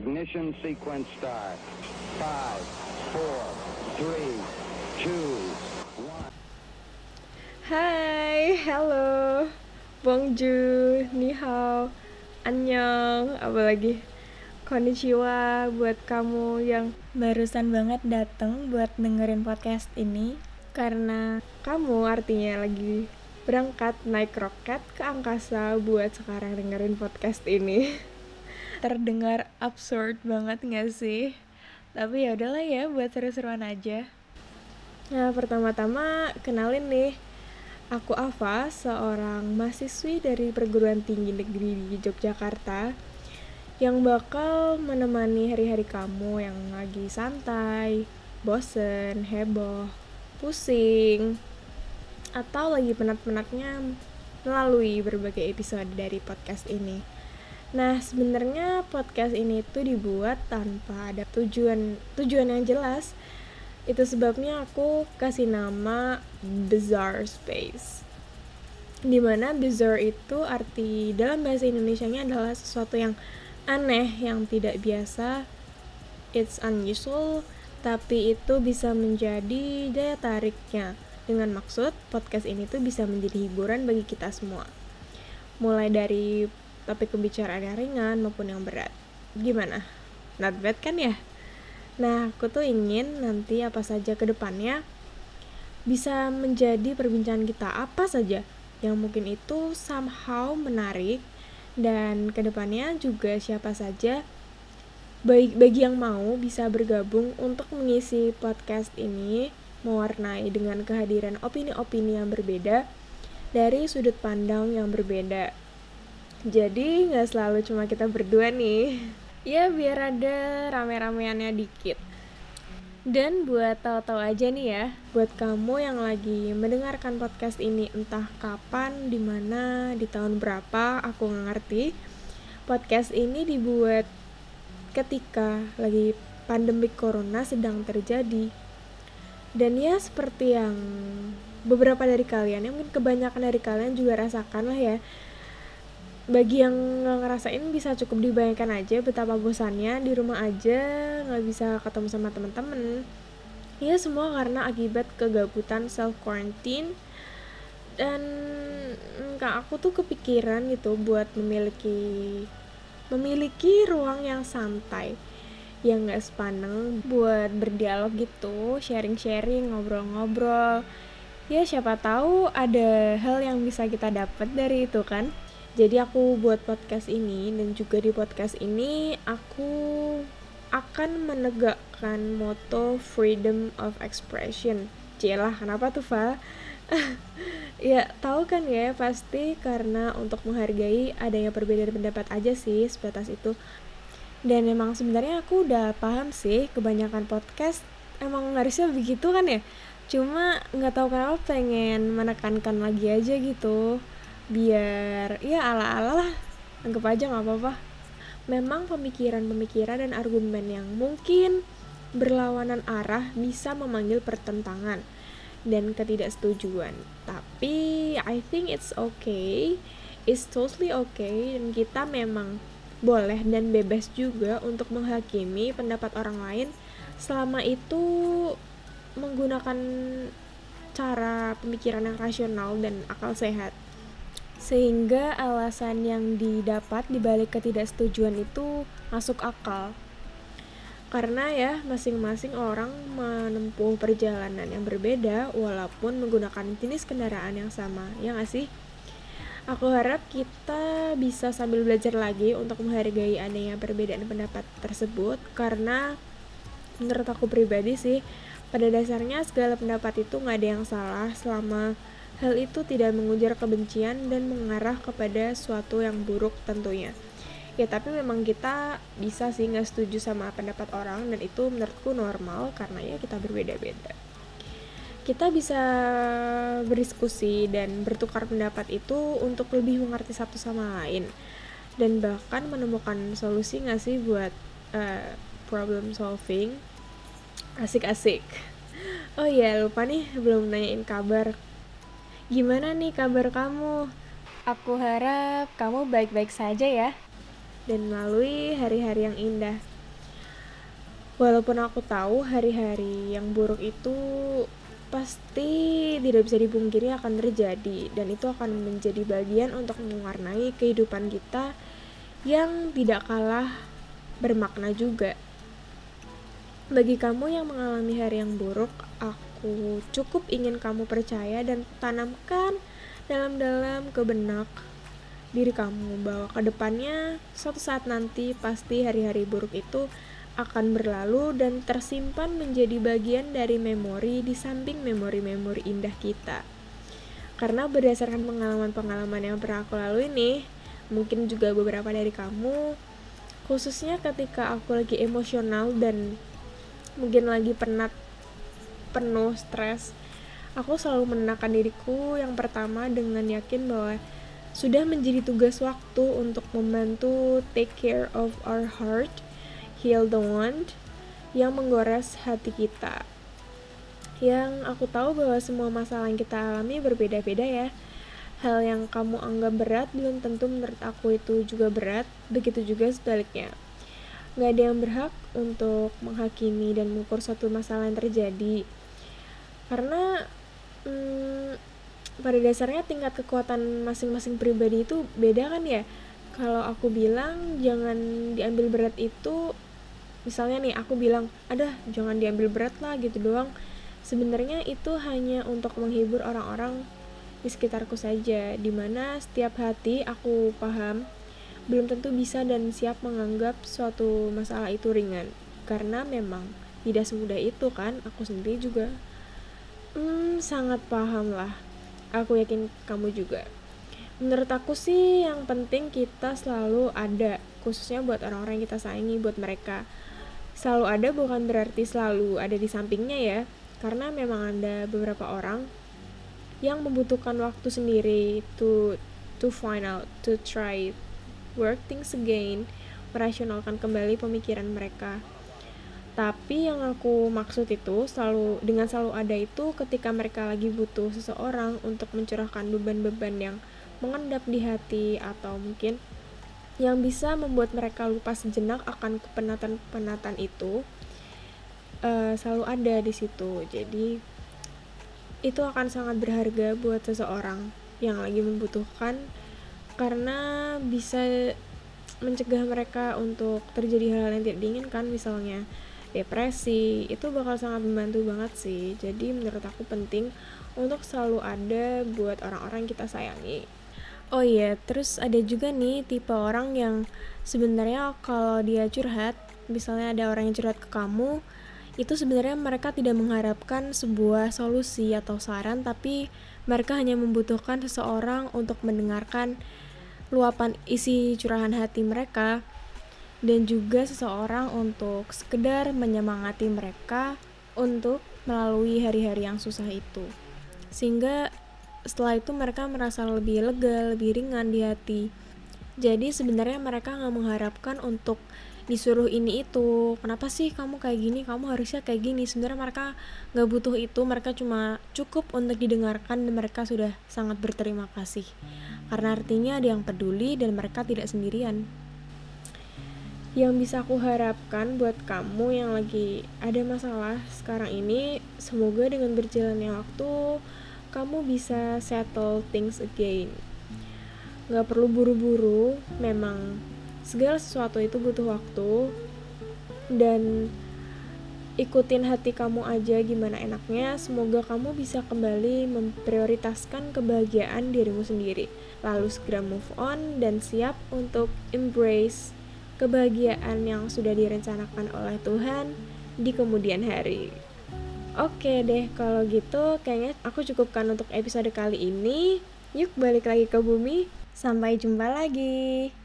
Ignition sequence start. 5, 4, 3, 2, 1. Hai, halo, bonjour, ni hao, annyeong, apalagi konnichiwa buat kamu yang barusan banget dateng buat dengerin podcast ini. Karena kamu artinya lagi berangkat naik roket ke angkasa buat sekarang dengerin podcast ini. Terdengar absurd banget gak sih? Tapi ya udahlah ya, buat seru-seruan aja. Nah, pertama-tama kenalin nih, aku Ava, seorang mahasiswi dari perguruan tinggi negeri di Yogyakarta yang bakal menemani hari-hari kamu yang lagi santai, bosen, heboh, pusing, atau lagi penat-penatnya melalui berbagai episode dari podcast ini. Nah, sebenarnya podcast ini tuh dibuat tanpa ada tujuan yang jelas. Itu sebabnya aku kasih nama Bizarre Space. Dimana bizarre itu arti dalam bahasa Indonesianya adalah sesuatu yang aneh, yang tidak biasa. It's unusual, tapi itu bisa menjadi daya tariknya. Dengan maksud, podcast ini tuh bisa menjadi hiburan bagi kita semua. Mulai dari topik pembicaraan yang ringan maupun yang berat. Gimana? Not bad kan ya? Nah, aku tuh ingin nanti apa saja ke depannya bisa menjadi perbincangan kita, apa saja yang mungkin itu somehow menarik, dan ke depannya juga siapa saja bagi yang mau bisa bergabung untuk mengisi podcast ini, mewarnai dengan kehadiran opini-opini yang berbeda dari sudut pandang yang berbeda. Jadi gak selalu cuma kita berdua nih. Ya biar ada rame-rameannya dikit. Dan buat tahu-tahu aja nih ya, buat kamu yang lagi mendengarkan podcast ini entah kapan, di mana, di tahun berapa, aku nggak ngerti. Podcast ini dibuat ketika lagi pandemi corona sedang terjadi. Dan ya seperti yang beberapa dari kalian, yang mungkin kebanyakan dari kalian juga rasakan lah ya. Bagi yang nggak ngerasain bisa cukup dibayangkan aja betapa bosannya di rumah aja, nggak bisa ketemu sama teman-teman. Ya semua karena akibat kegabutan self quarantine. Dan aku tuh kepikiran gitu buat memiliki ruang yang santai, yang nggak sepaneng, buat berdialog gitu, sharing-sharing, ngobrol-ngobrol. Ya siapa tahu ada hal yang bisa kita dapat dari itu kan. Jadi aku buat podcast ini, dan juga di podcast ini aku akan menegakkan moto freedom of expression. Cielah, kenapa tuh, Val? Ya, tahu kan ya, pasti karena untuk menghargai adanya perbedaan pendapat aja sih, sebatas itu. Dan emang sebenarnya aku udah paham sih, kebanyakan podcast emang harusnya begitu kan ya. Cuma nggak tahu kenapa pengen menekankan lagi aja gitu. Biar ya ala-ala lah, anggap aja gak apa-apa. Memang pemikiran-pemikiran dan argumen yang mungkin berlawanan arah bisa memanggil pertentangan dan ketidaksetujuan. Tapi I think it's okay, it's totally okay, dan kita memang boleh dan bebas juga untuk menghakimi pendapat orang lain selama itu menggunakan cara pemikiran yang rasional dan akal sehat. Sehingga alasan yang didapat dibalik ketidaksetujuan itu masuk akal. Karena ya masing-masing orang menempuh perjalanan yang berbeda walaupun menggunakan jenis kendaraan yang sama, ya gak sih? Aku harap kita bisa sambil belajar lagi untuk menghargai adanya perbedaan pendapat tersebut, karena menurut aku pribadi sih, pada dasarnya segala pendapat itu gak ada yang salah selama hal itu tidak mengujar kebencian dan mengarah kepada suatu yang buruk tentunya. Ya tapi memang kita bisa sih gak setuju sama pendapat orang, dan itu menurutku normal karena ya kita berbeda-beda. Kita bisa berdiskusi dan bertukar pendapat itu untuk lebih mengerti satu sama lain. Dan bahkan menemukan solusi gak sih buat problem solving. Asik-asik. Oh iya, lupa nih belum nanyain kabar. Gimana nih kabar kamu? Aku harap kamu baik-baik saja ya. dan melalui hari-hari yang indah. Walaupun aku tahu hari-hari yang buruk itu pasti tidak bisa dipungkiri akan terjadi, dan itu akan menjadi bagian untuk mewarnai kehidupan kita yang tidak kalah bermakna juga. Bagi kamu yang mengalami hari yang buruk, aku cukup ingin kamu percaya dan tanamkan dalam-dalam ke benak diri kamu bahwa kedepannya suatu saat nanti pasti hari-hari buruk itu akan berlalu dan tersimpan menjadi bagian dari memori di samping memori-memori indah kita. Karena berdasarkan pengalaman-pengalaman yang pernah aku lalui nih, mungkin juga beberapa dari kamu, khususnya ketika aku lagi emosional dan mungkin lagi penat, penuh stres, aku selalu menenangkan diriku yang pertama dengan yakin bahwa sudah menjadi tugas waktu untuk membantu take care of our heart, heal the wound yang menggores hati kita. Yang aku tahu bahwa semua masalah yang kita alami berbeda-beda ya. Hal yang kamu anggap berat belum tentu menurut aku itu juga berat, begitu juga sebaliknya. Gak ada yang berhak untuk menghakimi dan mengukur suatu masalah yang terjadi. Karena pada dasarnya tingkat kekuatan masing-masing pribadi itu beda kan ya. Kalau aku bilang jangan diambil berat itu, misalnya nih aku bilang, jangan diambil berat lah gitu doang, sebenarnya itu hanya untuk menghibur orang-orang di sekitarku saja, dimana setiap hati aku paham belum tentu bisa dan siap menganggap suatu masalah itu ringan, karena memang tidak semudah itu kan. Aku sendiri juga sangat paham lah, aku yakin kamu juga. Menurut aku sih yang penting kita selalu ada, khususnya buat orang-orang yang kita sayangi, buat mereka. Selalu ada bukan berarti selalu ada di sampingnya ya, karena memang ada beberapa orang yang membutuhkan waktu sendiri to find out, to try work things again, merasionalkan kembali pemikiran mereka. Tapi yang aku maksud itu selalu ada itu ketika mereka lagi butuh seseorang untuk mencurahkan beban-beban yang mengendap di hati, atau mungkin yang bisa membuat mereka lupa sejenak akan kepenatan-kepenatan itu, selalu ada di situ. Jadi itu akan sangat berharga buat seseorang yang lagi membutuhkan, karena bisa mencegah mereka untuk terjadi hal-hal yang tidak diinginkan, misalnya depresi. Itu bakal sangat membantu banget sih. Jadi menurut aku penting untuk selalu ada buat orang-orang kita sayangi. Oh iya, terus ada juga nih tipe orang yang sebenarnya kalau dia curhat, misalnya ada orang yang curhat ke kamu, itu sebenarnya mereka tidak mengharapkan sebuah solusi atau saran, tapi mereka hanya membutuhkan seseorang untuk mendengarkan luapan isi curahan hati mereka, dan juga seseorang untuk sekedar menyemangati mereka untuk melalui hari-hari yang susah itu. Sehingga setelah itu mereka merasa lebih lega, lebih ringan di hati. Jadi sebenarnya mereka gak mengharapkan untuk disuruh ini itu, kenapa sih kamu kayak gini, kamu harusnya kayak gini. Sebenarnya mereka gak butuh itu, mereka cuma cukup untuk didengarkan dan mereka sudah sangat berterima kasih, karena artinya ada yang peduli dan mereka tidak sendirian. Yang bisa aku harapkan buat kamu yang lagi ada masalah sekarang ini, semoga dengan berjalannya waktu kamu bisa settle things again. Gak perlu buru-buru, memang segala sesuatu itu butuh waktu, dan ikutin hati kamu aja gimana enaknya. Semoga kamu bisa kembali memprioritaskan kebahagiaan dirimu sendiri, lalu segera move on dan siap untuk embrace kebahagiaan yang sudah direncanakan oleh Tuhan di kemudian hari. Oke deh, kalau gitu kayaknya aku cukupkan untuk episode kali ini. Yuk balik lagi ke bumi. Sampai jumpa lagi.